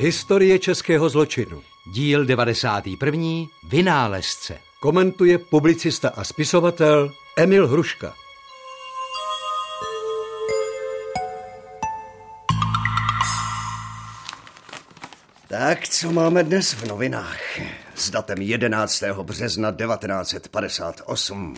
Historie českého zločinu. Díl 91. Vynálezce. Komentuje publicista a spisovatel Emil Hruška. Tak, co máme dnes v novinách? S datem 11. března 1958.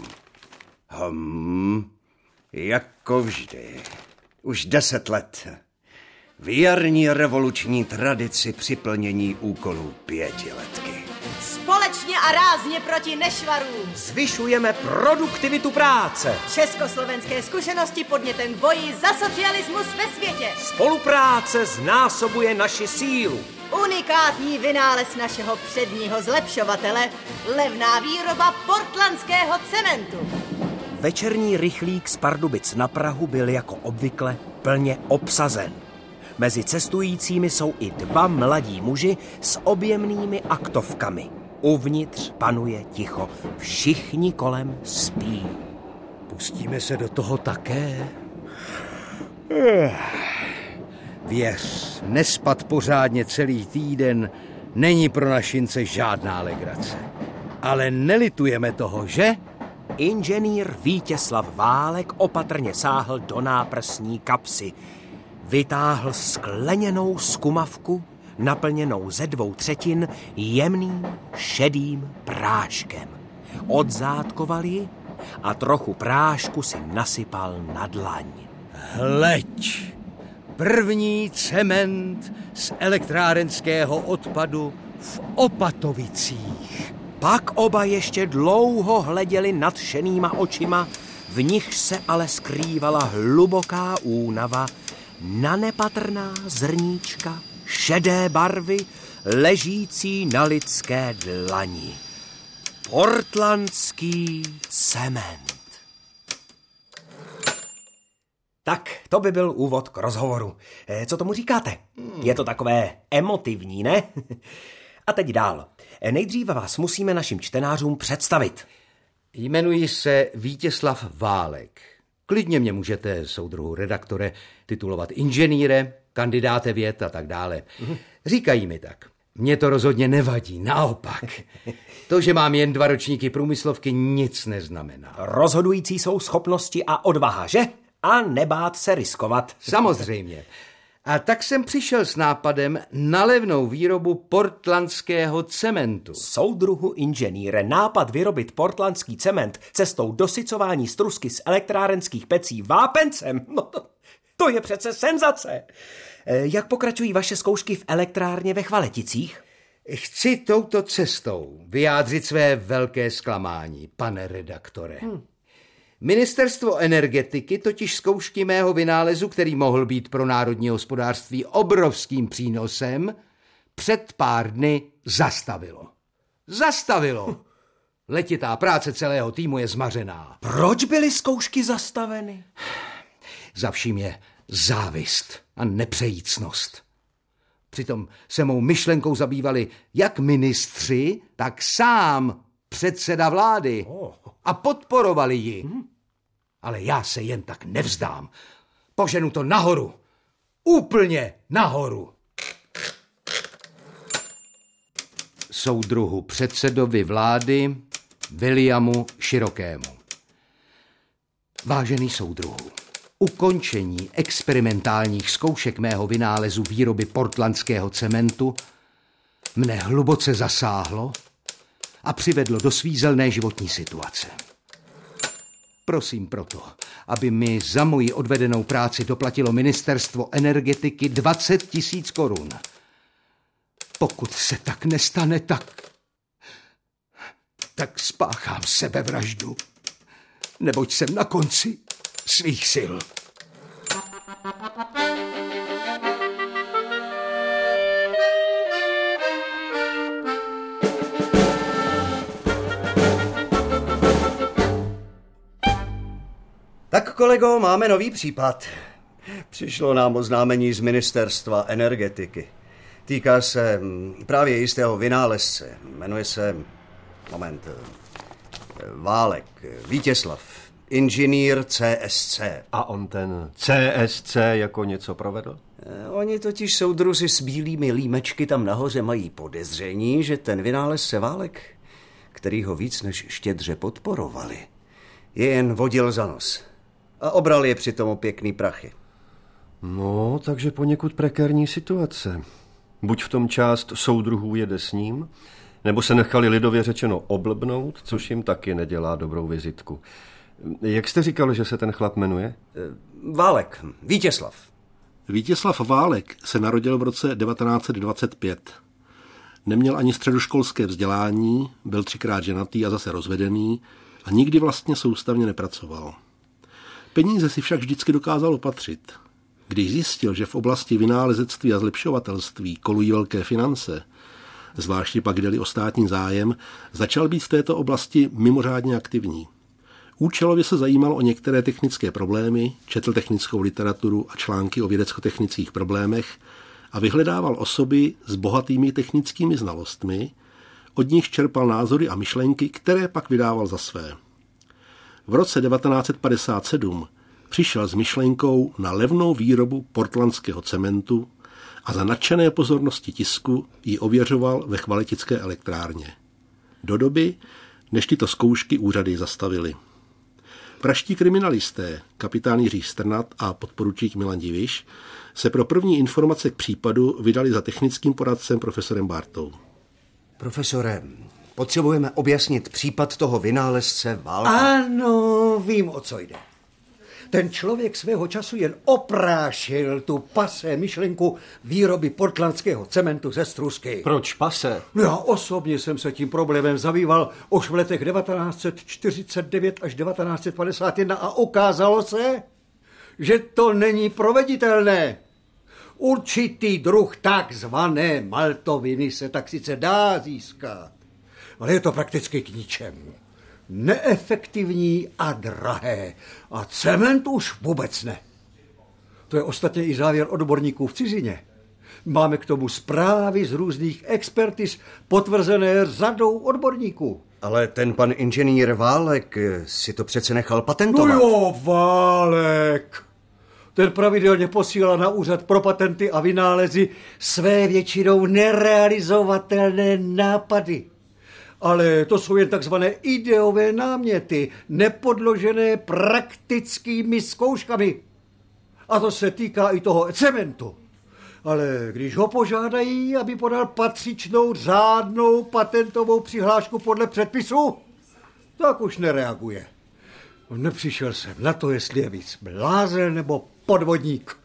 Jako vždy. Už 10 let. V jarní revoluční tradici při plnění úkolů pětiletky. Společně a rázně proti nešvarům. Zvyšujeme produktivitu práce. Československé zkušenosti podnětem k boji za socialismus ve světě. Spolupráce znásobuje naši sílu. Unikátní vynález našeho předního zlepšovatele, levná výroba portlandského cementu. Večerní rychlík z Pardubic na Prahu byl jako obvykle plně obsazen. Mezi cestujícími jsou i 2 mladí muži s objemnými aktovkami. Uvnitř panuje ticho. Všichni kolem spí. Pustíme se do toho také? Věř, nespat pořádně celý týden není pro našince žádná legrace. Ale nelitujeme toho, že? Inženýr Vítězslav Válek opatrně sáhl do náprsní kapsy. Vytáhl skleněnou skumavku, naplněnou ze 2/3 jemným šedým práškem. Odzátkoval ji a trochu prášku si nasypal na dlaň. Hleď! První cement z elektrárenského odpadu v Opatovicích. Pak oba ještě dlouho hleděli nadšenýma očima, v nich se ale skrývala hluboká únava na nepatrná zrníčka šedé barvy ležící na lidské dlani. Portlandský cement. Tak, to by byl úvod k rozhovoru. Co tomu říkáte? Je to takové emotivní, ne? A teď dál. Nejdříve vás musíme našim čtenářům představit. Jmenuji se Vítězslav Válek. Klidně mě můžete, soudruhu redaktore, titulovat inženýre, kandidáte věd a tak dále. Říkají mi tak. Mně to rozhodně nevadí, naopak. To, že mám jen 2 ročníky průmyslovky, nic neznamená. Rozhodující jsou schopnosti a odvaha, že? A nebát se riskovat. Samozřejmě. A tak jsem přišel s nápadem na levnou výrobu portlandského cementu. Soudruhu inženýre, nápad vyrobit portlandský cement cestou dosycování strusky z elektrárenských pecí vápencem, no to je přece senzace. Jak pokračují vaše zkoušky v elektrárně ve Chvaleticích? Chci touto cestou vyjádřit své velké zklamání, pane redaktore. Ministerstvo energetiky totiž zkoušky mého vynálezu, který mohl být pro národní hospodářství obrovským přínosem, před pár dny zastavilo. Zastavilo! Letitá práce celého týmu je zmařená. Proč byly zkoušky zastaveny? Za vším je závist a nepřejícnost. Přitom se mou myšlenkou zabývali jak ministři, tak sám předseda vlády. A podporovali ji. Ale já se jen tak nevzdám. Poženu to nahoru. Úplně nahoru. Soudruhu předsedovi vlády Williamu Širokému. Vážený soudruhu, ukončení experimentálních zkoušek mého vynálezu výroby portlandského cementu mne hluboce zasáhlo a přivedlo do svízelné životní situace. Prosím proto, aby mi za moji odvedenou práci doplatilo Ministerstvo energetiky 20 000 korun. Pokud se tak nestane, tak spáchám sebevraždu, neboť jsem na konci svých sil. Tak, kolego, máme nový případ. Přišlo nám oznámení z Ministerstva energetiky. Týká se právě jistého vynálezce. Jmenuje se... Válek. Vítězslav. Inženýr CSC. A on ten CSC jako něco provedl? Oni totiž soudruzi s bílými límečky tam nahoře mají podezření, že ten vynálezce Válek, který ho víc než štědře podporovali, je jen vodil za nos a obral je přitom o pěkný prachy. No, takže poněkud prekérní situace. Buď v tom část soudruhů jede s ním, nebo se nechali lidově řečeno oblbnout, což jim taky nedělá dobrou vizitku. Jak jste říkal, že se ten chlap jmenuje? Válek, Vítězslav. Vítězslav Válek se narodil v roce 1925. Neměl ani středoškolské vzdělání, byl 3krát ženatý a zase rozvedený a nikdy vlastně soustavně nepracoval. Peníze si však vždycky dokázal opatřit. Když zjistil, že v oblasti vynálezectví a zlepšovatelství kolují velké finance, zvláště pak jde-li o státní zájem, začal být v této oblasti mimořádně aktivní. Účelově se zajímal o některé technické problémy, četl technickou literaturu a články o vědecko-technických problémech a vyhledával osoby s bohatými technickými znalostmi, od nich čerpal názory a myšlenky, které pak vydával za své. V roce 1957 přišel s myšlenkou na levnou výrobu portlandského cementu a za nadšené pozornosti tisku ji ověřoval ve chvaletické elektrárně. Do doby, než tyto zkoušky úřady zastavily. Praští kriminalisté, kapitán Jiří Strnad a podporučík Milan Diviš, se pro první informace k případu vydali za technickým poradcem profesorem Bartou. Profesore, potřebujeme objasnit případ toho vynálezce Válka. Ano, vím, o co jde. Ten člověk svého času jen oprášil tu pasé myšlenku výroby portlandského cementu ze strusky. Proč pase? Já osobně jsem se tím problémem zabýval už v letech 1949 až 1951 a ukázalo se, že to není proveditelné. Určitý druh takzvané maltoviny se tak sice dá získat, ale je to prakticky k ničemu. Neefektivní a drahé. A cement už vůbec ne. To je ostatně i závěr odborníků v cizině. Máme k tomu zprávy z různých expertiz potvrzené řadou odborníků. Ale ten pan inženýr Válek si to přece nechal patentovat. No jo, Válek. Ten pravidelně posílá na úřad pro patenty a vynálezy své většinou nerealizovatelné nápady. Ale to jsou jen takzvané ideové náměty, nepodložené praktickými zkouškami. A to se týká i toho cementu. Ale když ho požádají, aby podal patřičnou řádnou patentovou přihlášku podle předpisu, tak už nereaguje. Nepřišel jsem na to, jestli je víc blázen nebo podvodník.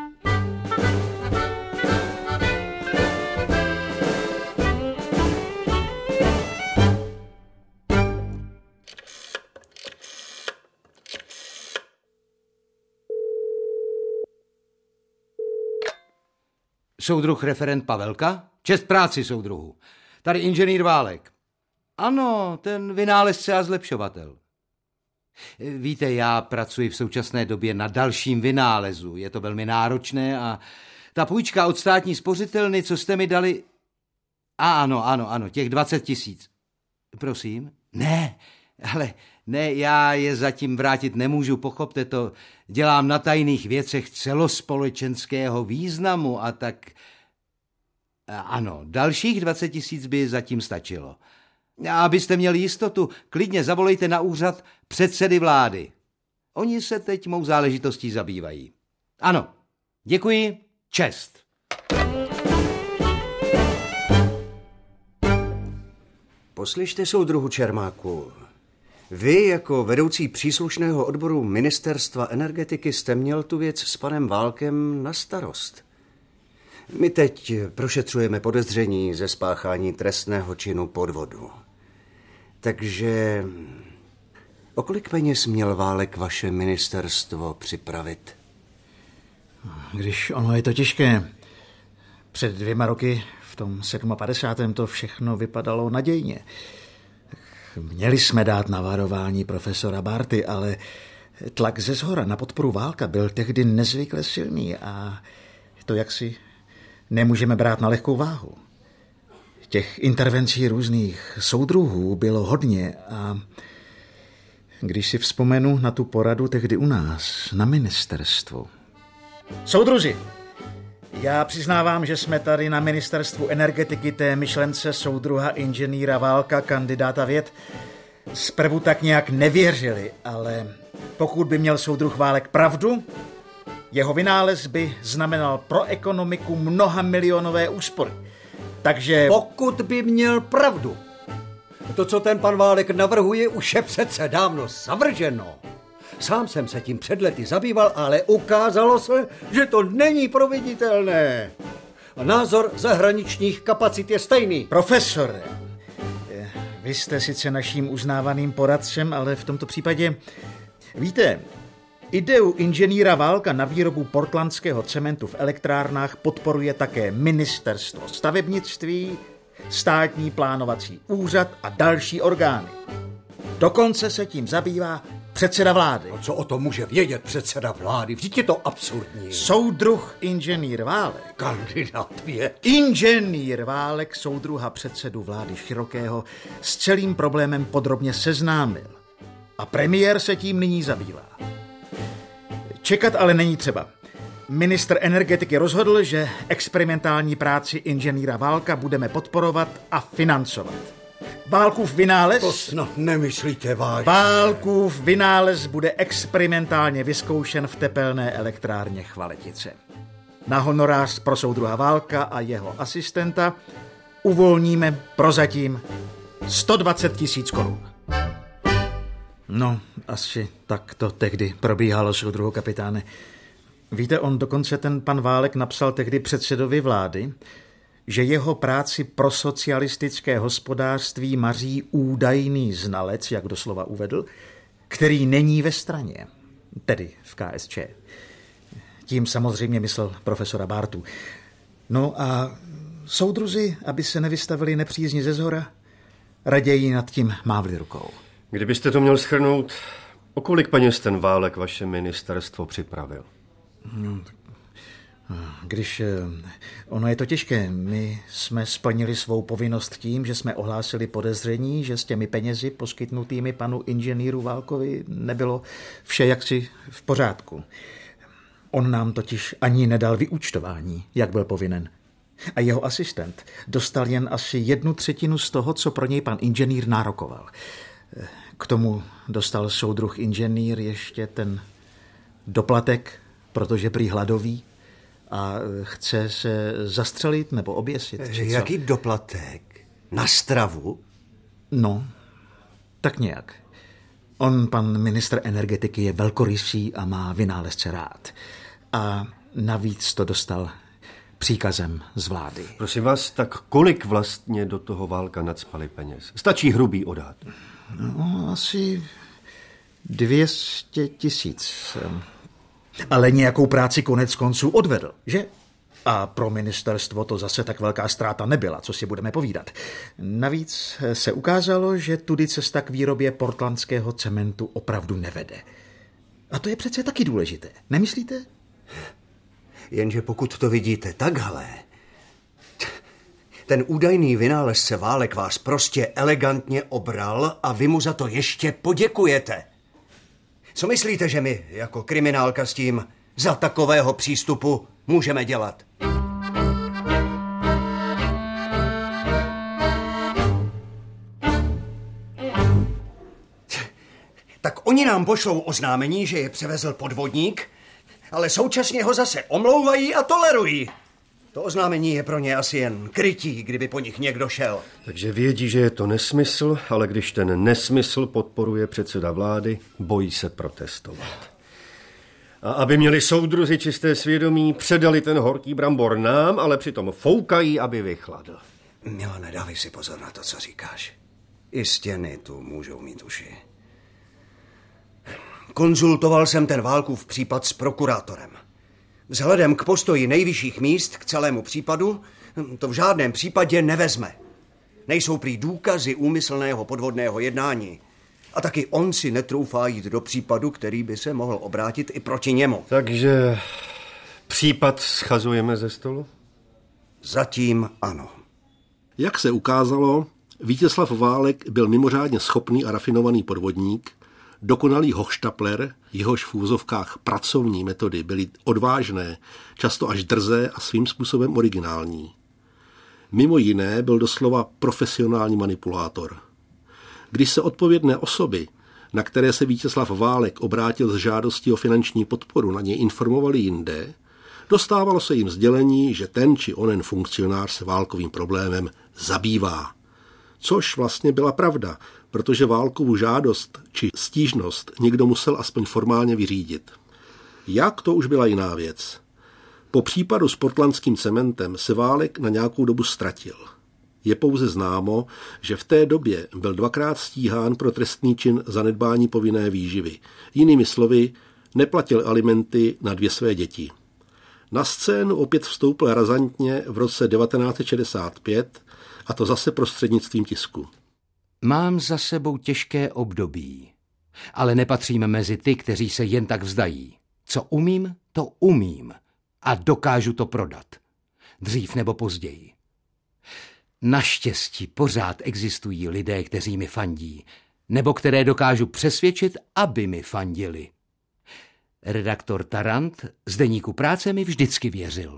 Soudruh referent Pavelka? Čest práci, soudruhu. Tady inženýr Válek. Ano, ten vynálezce a zlepšovatel. Víte, já pracuji v současné době na dalším vynálezu. Je to velmi náročné a ta půjčka od státní spořitelny, co jste mi dali... Ano, těch 20 000. Prosím? Ne, já je zatím vrátit nemůžu, pochopte to. Dělám na tajných věcech celospolečenského významu a tak... Ano, dalších 20 000 by zatím stačilo. A abyste měli jistotu, klidně zavolejte na úřad předsedy vlády. Oni se teď mou záležitostí zabývají. Ano, děkuji, čest. Poslyšte, soudruhu Čermáku, vy jako vedoucí příslušného odboru Ministerstva energetiky jste měl tu věc s panem Válkem na starost. My teď prošetřujeme podezření ze spáchání trestného činu podvodu. Takže o kolik peněz měl Válek vaše ministerstvo připravit? Když ono je to těžké. Před 2 roky, v tom 57. to všechno vypadalo nadějně. Měli jsme dát na varování profesora Barty, ale tlak ze shora na podporu Válka byl tehdy nezvykle silný a to jaksi nemůžeme brát na lehkou váhu. Těch intervencí různých soudruhů bylo hodně a když si vzpomenu na tu poradu tehdy u nás, na ministerstvu. Soudruzi, Já přiznávám, že jsme tady na ministerstvu energetiky té myšlence soudruha inženýra Válka, kandidáta věd, zprvu tak nějak nevěřili, ale pokud by měl soudruh Válek pravdu, jeho vynález by znamenal pro ekonomiku mnohamilionové úspory. Takže... Pokud by měl pravdu. To, co ten pan Válek navrhuje, už je přece dávno zavrženo. Sám jsem se tím před lety zabýval, ale ukázalo se, že to není proveditelné. A názor zahraničních kapacit je stejný. Profesore, vy jste sice naším uznávaným poradcem, ale v tomto případě, víte, ideu inženýra Válka na výrobu portlandského cementu v elektrárnách podporuje také ministerstvo stavebnictví, státní plánovací úřad a další orgány. Dokonce se tím zabývá předseda vlády. No, co o tom může vědět předseda vlády? Vždyť je to absurdní. Soudruh inženýr Válek. Kandidát věd. Inženýr Válek soudruha předsedu vlády Širokého s celým problémem podrobně seznámil. A premiér se tím nyní zabývá. Čekat ale není třeba. Ministr energetiky rozhodl, že experimentální práci inženýra Válka budeme podporovat a financovat. Válkův vynález... To snad nemyslíte vážně. Válkův vynález bude experimentálně vyzkoušen v tepelné elektrárně Chvaletice. Na honorář pro soudruha Válka a jeho asistenta uvolníme prozatím 120 000 korun. No, asi tak to tehdy probíhalo, soudruhu kapitáne. Víte, on dokonce ten pan Válek napsal tehdy předsedovi vlády, že jeho práci pro socialistické hospodářství maří údajný znalec, jak doslova uvedl, který není ve straně, tedy v KSČ. Tím samozřejmě myslel profesora Bártu. No a soudruzi, aby se nevystavili nepřízni ze zhora, raději nad tím mávli rukou. Kdybyste to měl shrnout, o kolik peněz ten Válek vaše ministerstvo připravil? No, když ono je to těžké, my jsme splnili svou povinnost tím, že jsme ohlásili podezření, že s těmi penězi poskytnutými panu inženýru Válkovi nebylo vše jaksi v pořádku. On nám totiž ani nedal vyúčtování, jak byl povinen. A jeho asistent dostal jen asi 1/3 z toho, co pro něj pan inženýr nárokoval. K tomu dostal soudruh inženýr ještě ten doplatek, protože prý hladový a chce se zastřelit nebo oběsit. Jaký doplatek? Na stravu? No, tak nějak. On, pan ministr energetiky, je velkorysý a má vynálezce rád. A navíc to dostal příkazem z vlády. Prosím vás, tak kolik vlastně do toho Válka nacpali peněz? Stačí hrubý odhad. No, asi 200 000. Ale nějakou práci konec konců odvedl, že? A pro ministerstvo to zase tak velká ztráta nebyla, co si budeme povídat. Navíc se ukázalo, že tudy cesta k výrobě portlandského cementu opravdu nevede. A to je přece taky důležité, nemyslíte? Jenže pokud to vidíte takhle, ten údajný vynálezce Válek vás prostě elegantně obral a vy mu za to ještě poděkujete. Co myslíte, že my jako kriminálka s tím za takového přístupu můžeme dělat? Tak oni nám pošlou oznámení, že je převezl podvodník, ale současně ho zase omlouvají a tolerují. To oznámení je pro ně asi jen krytí, kdyby po nich někdo šel. Takže vědí, že je to nesmysl, ale když ten nesmysl podporuje předseda vlády, bojí se protestovat. A aby měli soudruzi čisté svědomí, předali ten horký brambor nám, ale přitom foukají, aby vychladl. Milane, dávej si pozor na to, co říkáš. I stěny tu můžou mít uši. Konzultoval jsem ten Válkův případ s prokurátorem. Vzhledem k postoji nejvyšších míst k celému případu to v žádném případě nevezme. Nejsou prý důkazy úmyslného podvodného jednání. A taky on si netroufá jít do případu, který by se mohl obrátit i proti němu. Takže případ schazujeme ze stolu? Zatím ano. Jak se ukázalo, Vítězslav Válek byl mimořádně schopný a rafinovaný podvodník, Dokonalý Hochstapler, jehož v úvozovkách pracovní metody byly odvážné, často až drzé a svým způsobem originální. Mimo jiné byl doslova profesionální manipulátor. Když se odpovědné osoby, na které se Vítězslav Válek obrátil s žádostí o finanční podporu, na něj informovali jinde, dostávalo se jim sdělení, že ten či onen funkcionář se Válkovým problémem zabývá. Což vlastně byla pravda, protože Válkovu žádost či stížnost někdo musel aspoň formálně vyřídit. Jak, to už byla jiná věc. Po případu s portlandským cementem se Válek na nějakou dobu ztratil. Je pouze známo, že v té době byl 2krát stíhán pro trestný čin zanedbání povinné výživy. Jinými slovy, neplatil alimenty na 2 své děti. Na scénu opět vstoupil razantně v roce 1965, a to zase prostřednictvím tisku. Mám za sebou těžké období, ale nepatřím mezi ty, kteří se jen tak vzdají. Co umím, to umím a dokážu to prodat. Dřív nebo později. Naštěstí pořád existují lidé, kteří mi fandí, nebo které dokážu přesvědčit, aby mi fandili. Redaktor Tarant z deníku Práce mi vždycky věřil.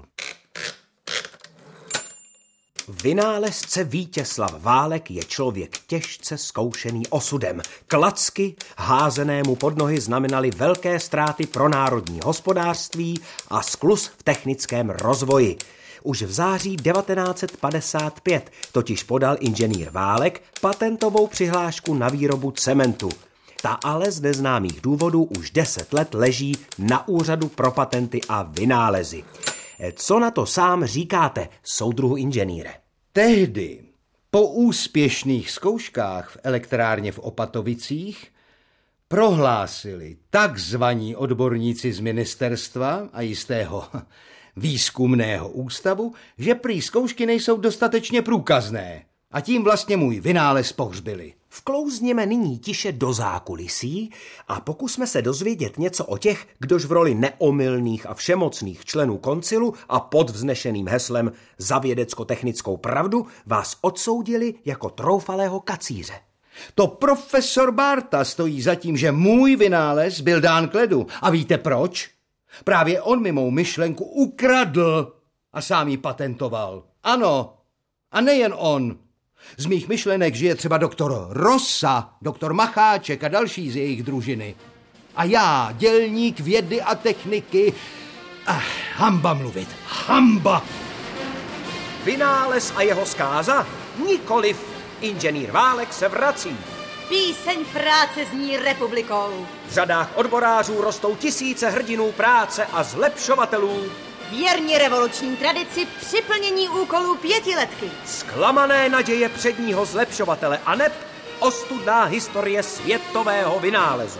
Vynálezce Vítězslav Válek je člověk těžce zkoušený osudem. Klacky házenému pod nohy znamenaly velké ztráty pro národní hospodářství a skluz v technickém rozvoji. Už v září 1955 totiž podal inženýr Válek patentovou přihlášku na výrobu cementu. Ta ale z neznámých důvodů už 10 let leží na Úřadu pro patenty a vynálezy. Co na to sám říkáte, soudruhu inženýre? Tehdy, po úspěšných zkouškách v elektrárně v Opatovicích, prohlásili takzvaní odborníci z ministerstva a jistého výzkumného ústavu, že prý zkoušky nejsou dostatečně průkazné a tím vlastně můj vynález pohřbili. Vklouzněme nyní tiše do zákulisí a pokusme se dozvědět něco o těch, kdož v roli neomylných a všemocných členů koncilu a pod vznešeným heslem za vědecko-technickou pravdu vás odsoudili jako troufalého kacíře. To profesor Bárta stojí za tím, že můj vynález byl dán k ledu. A víte proč? Právě on mi mou myšlenku ukradl a sám ji patentoval. Ano, a nejen on. Z mých myšlenek žije třeba doktor Rosa, doktor Macháček a další z jejich družiny. A já, dělník vědy a techniky, hamba mluvit, hamba! Vynález a jeho zkáza? Nikoliv. Inženýr Válek se vrací. Píseň práce zní republikou. V řadách odborářů rostou tisíce hrdinů práce a zlepšovatelů. Věrně revoluční tradici při plnění úkolů 5letky. Zklamané naděje předního zlepšovatele aneb ostudná historie světového vynálezu.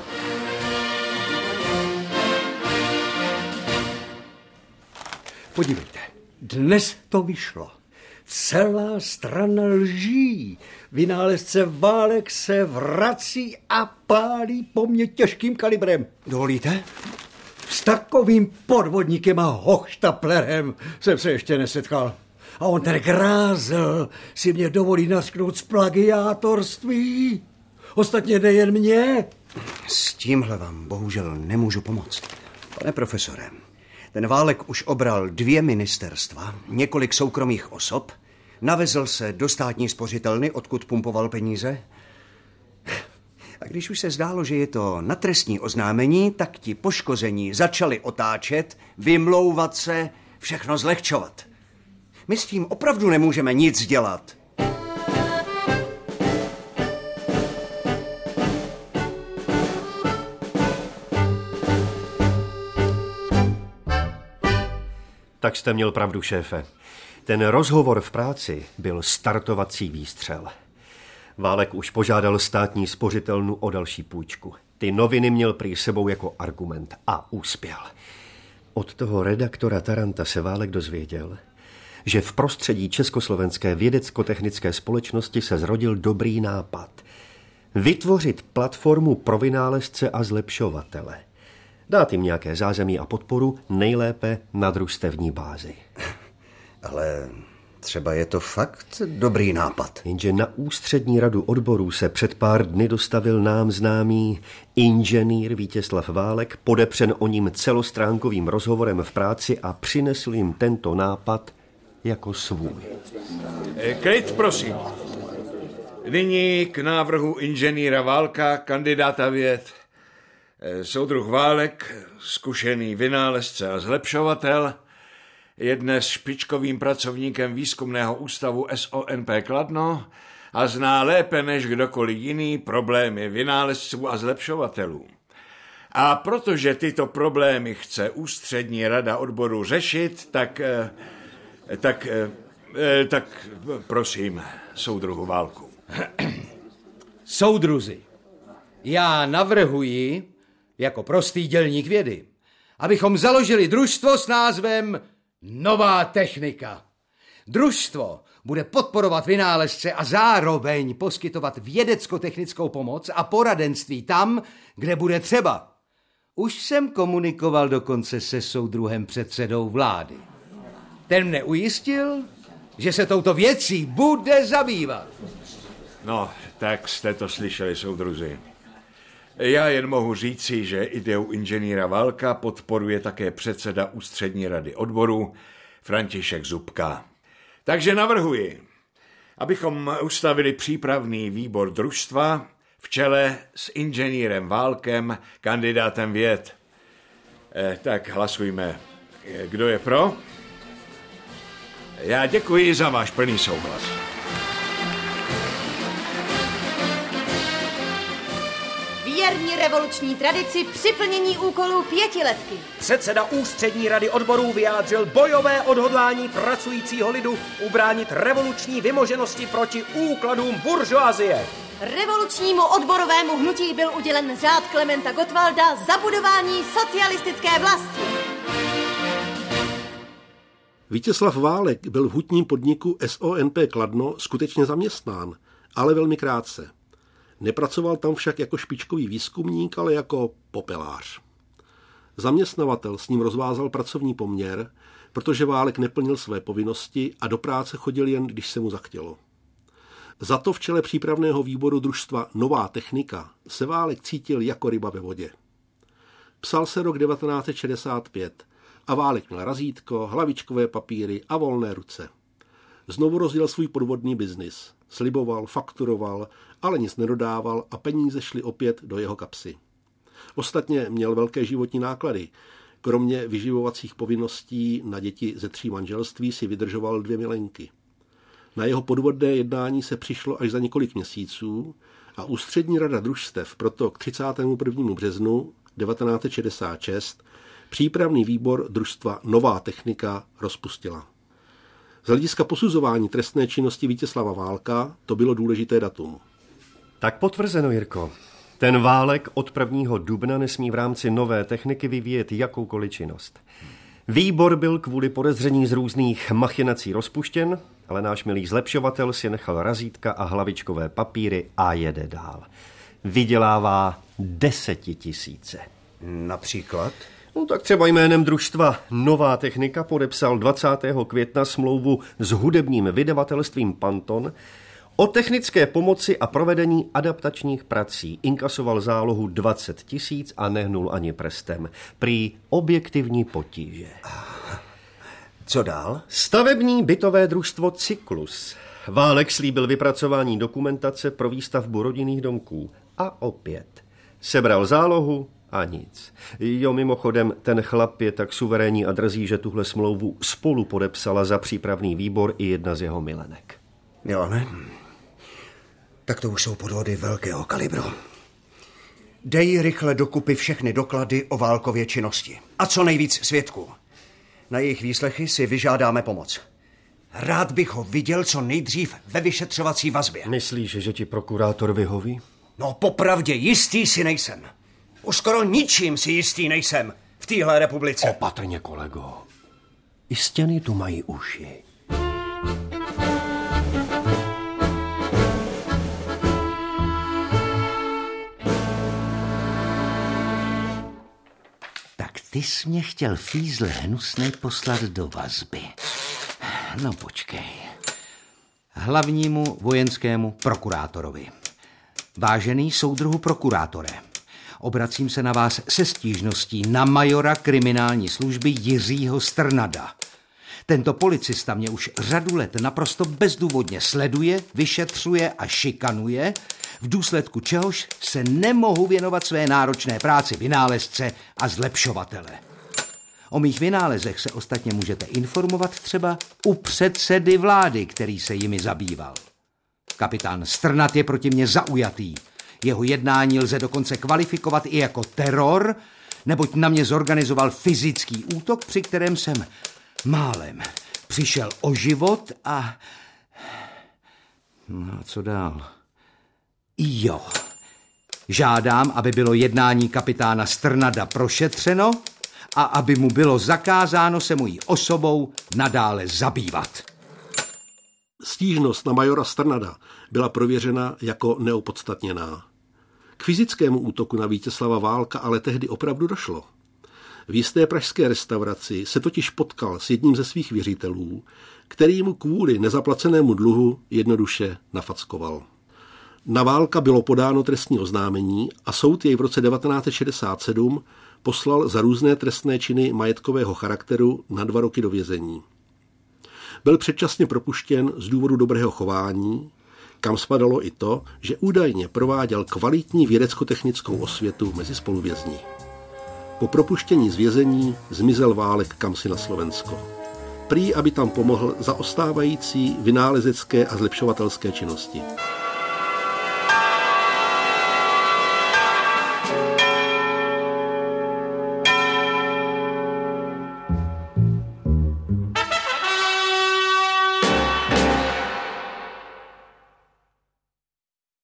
Podívejte, dnes to vyšlo. Celá strana lží. Vynálezce Válek se vrací a pálí po mně těžkým kalibrem. Dovolíte? S takovým podvodníkem a Hochstaplerem jsem se ještě nesetkal. A on ten grázel si mě dovolí nařknout z plagiátorství. Ostatně nejen mě. S tímhle vám bohužel nemůžu pomoct. Pane profesore, ten Válek už obral 2 ministerstva, několik soukromých osob, navezl se do státní spořitelny, odkud pumpoval peníze. A když už se zdálo, že je to na trestní oznámení, tak ti poškození začali otáčet, vymlouvat se, všechno zlehčovat. My s tím opravdu nemůžeme nic dělat. Tak jste měl pravdu, šéfe. Ten rozhovor v Práci byl startovací výstřel. Válek už požádal státní spořitelnu o další půjčku. Ty noviny měl prý sebou jako argument a uspěl. Od toho redaktora Taranta se Válek dozvěděl, že v prostředí Československé vědecko-technické společnosti se zrodil dobrý nápad. Vytvořit platformu pro vynálezce a zlepšovatele. Dát jim nějaké zázemí a podporu, nejlépe na družstevní bázi. Ale Třeba je to fakt dobrý nápad. Jenže na ústřední radu odborů se před pár dny dostavil nám známý inženýr Vítězslav Válek, podepřen o ním celostránkovým rozhovorem v práci a přinesl jim tento nápad jako svůj. Klid, prosím. Nyní k návrhu inženýra Válka, kandidáta věd. Soudruh Válek, zkušený vynálezce a zlepšovatel, je dnes špičkovým pracovníkem výzkumného ústavu SONP Kladno a zná lépe než kdokoliv jiný problémy vynálezců a zlepšovatelů. A protože tyto problémy chce ústřední rada odboru řešit, tak prosím, soudruhu Válku. Soudruzi, já navrhuji, jako prostý dělník vědy, abychom založili družstvo s názvem Nová technika. Družstvo bude podporovat vynálezce a zároveň poskytovat vědecko-technickou pomoc a poradenství tam, kde bude třeba. Už jsem komunikoval dokonce se soudruhem předsedou vlády. Ten mne ujistil, že se touto věcí bude zabývat. No, tak jste to slyšeli, soudruzi. Já jen mohu říci, že ideu inženýra Válka podporuje také předseda ústřední rady odboru František Zubka. Takže navrhuji, abychom ustavili přípravný výbor družstva v čele s inženýrem Válkem, kandidátem věd. Tak hlasujme. Kdo je pro? Já děkuji za váš plný souhlas. Věrní revoluční tradici při plnění úkolů pětiletky. Předseda ústřední rady odborů vyjádřil bojové odhodlání pracujícího lidu ubránit revoluční vymoženosti proti úkladům buržoazie. Revolučnímu odborovému hnutí byl udělen řád Klementa Gottwalda za budování socialistické vlasti. Vítězslav Válek byl v hutním podniku SONP Kladno skutečně zaměstnán, ale velmi krátce. Nepracoval tam však jako špičkový výzkumník, ale jako popelář. Zaměstnavatel s ním rozvázal pracovní poměr, protože Válek neplnil své povinnosti a do práce chodil jen, když se mu zachtělo. Za to v čele přípravného výboru družstva Nová technika se Válek cítil jako ryba ve vodě. Psal se rok 1965 a Válek měl razítko, hlavičkové papíry a volné ruce. Znovu rozjel svůj podvodný biznis. Sliboval, fakturoval, ale nic nedodával a peníze šly opět do jeho kapsy. Ostatně měl velké životní náklady. Kromě vyživovacích povinností na děti ze 3 manželství si vydržoval 2 milenky. Na jeho podvodné jednání se přišlo až za několik měsíců a ústřední rada družstev proto k 31. březnu 1966 přípravný výbor družstva Nová technika rozpustila. Z hlediska posuzování trestné činnosti Vítězslava Válka to bylo důležité datum. Tak potvrzeno, Jirko. Ten Válek od 1. dubna nesmí v rámci Nové techniky vyvíjet jakoukoliv činnost. Výbor byl kvůli podezření z různých machinací rozpuštěn, ale náš milý zlepšovatel si nechal razítka a hlavičkové papíry a jede dál. Vydělává 10 000. Například? No tak třeba jménem družstva Nová technika podepsal 20. května smlouvu s hudebním vydavatelstvím Panton o technické pomoci a provedení adaptačních prací. Inkasoval zálohu 20 000 a nehnul ani prstem. Prý objektivní potíže. Co dál? Stavební bytové družstvo Cyklus. Válek slíbil vypracování dokumentace pro výstavbu rodinných domků. A opět. Sebral zálohu a nic. Jo, mimochodem, ten chlap je tak suverénní a drzý, že tuhle smlouvu spolu podepsala za přípravný výbor i jedna z jeho milenek. Jo, ne? Tak to už jsou podvody velkého kalibru. Dej rychle dokupy všechny doklady o Válkově činnosti. A co nejvíc svědků. Na jejich výslechy si vyžádáme pomoc. Rád bych ho viděl co nejdřív ve vyšetřovací vazbě. Myslíš, že ti prokurátor vyhoví? No popravdě jistý si nejsem. Už skoro ničím si jistý nejsem v téhle republice. Opatrně, kolego. I stěny tu mají uši. Tak ty jsi mě chtěl, fízle hnusnej, poslat do vazby. No počkej. hlavnímu vojenskému prokurátorovi. Vážený soudruhu prokurátore, obracím se na vás se stížností na majora kriminální služby Jiřího Strnada. Tento policista mě už řadu let naprosto bezdůvodně sleduje, vyšetřuje a šikanuje, v důsledku čehož se nemohu věnovat své náročné práci vynálezce a zlepšovatele. O mých vynálezech se ostatně můžete informovat třeba u předsedy vlády, který se jimi zabýval. Kapitán Strnad je proti mně zaujatý. Jeho jednání lze dokonce kvalifikovat i jako teror, neboť na mě zorganizoval fyzický útok, při kterém jsem málem přišel o život a... No a co dál? Jo. Žádám, aby bylo jednání kapitána Strnada prošetřeno a aby mu bylo zakázáno se mojí osobou nadále zabývat. Stížnost na majora Strnada byla prověřena jako neopodstatněná. K fyzickému útoku na Vítězslava Válka ale tehdy opravdu došlo. V jisté pražské restauraci se totiž potkal s jedním ze svých věřitelů, který mu kvůli nezaplacenému dluhu jednoduše nafackoval. Na Válka bylo podáno trestní oznámení a soud jej v roce 1967 poslal za různé trestné činy majetkového charakteru na 2 roky do vězení. Byl předčasně propuštěn z důvodu dobrého chování, kam spadalo i to, že údajně prováděl kvalitní vědecko-technickou osvětu mezi spoluvězni. Po propuštění z vězení zmizel Válek kamsi na Slovensko. Prý, aby tam pomohl zaostávající vynálezecké a zlepšovatelské činnosti.